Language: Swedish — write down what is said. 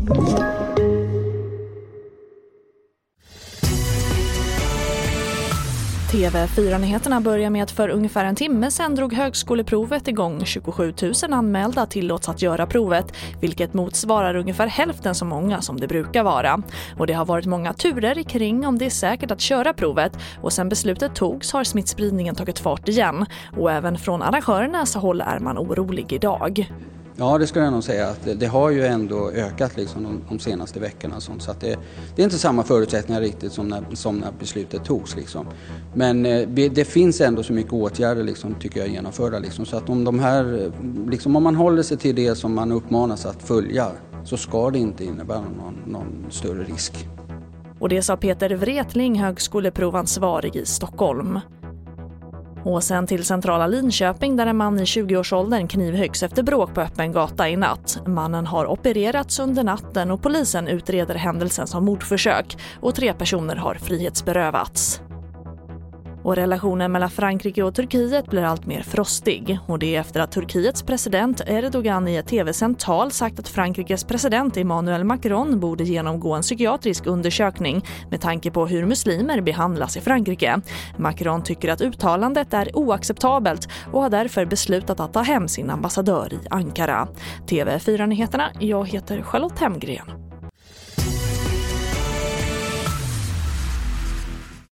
TV4-nyheterna börjar med att för ungefär en timme sedan drog högskoleprovet igång. 27 000 anmälda tillåts att göra provet, vilket motsvarar ungefär hälften så många som det brukar vara. Och det har varit många turer kring om det är säkert att köra provet, och sen beslutet togs har smittspridningen tagit fart igen. Och även från arrangörernas håll är man orolig idag. Ja, det skulle jag nog säga att det har ju ändå ökat liksom de senaste veckorna. Så att det är inte samma förutsättningar riktigt som när beslutet togs. Liksom. Men det finns ändå så mycket åtgärder liksom, tycker jag genomförda. Liksom. Så att om man håller sig till det som man uppmanas att följa, så ska det inte innebära någon större risk. Och det sa Peter Wretling, högskoleprovansvarig i Stockholm. Och sen till centrala Linköping där en man i 20-årsåldern knivhöggs efter bråk på öppen gata i natt. Mannen har opererats under natten och polisen utreder händelsen som mordförsök, och 3 personer har frihetsberövats. Och relationen mellan Frankrike och Turkiet blir allt mer frostig, och det är efter att Turkiets president Erdogan i ett tv-sänt tal sagt att Frankrikes president Emmanuel Macron borde genomgå en psykiatrisk undersökning med tanke på hur muslimer behandlas i Frankrike. Macron tycker att uttalandet är oacceptabelt och har därför beslutat att ta hem sin ambassadör i Ankara. TV4-nyheterna, jag heter Charlotte Hemgren.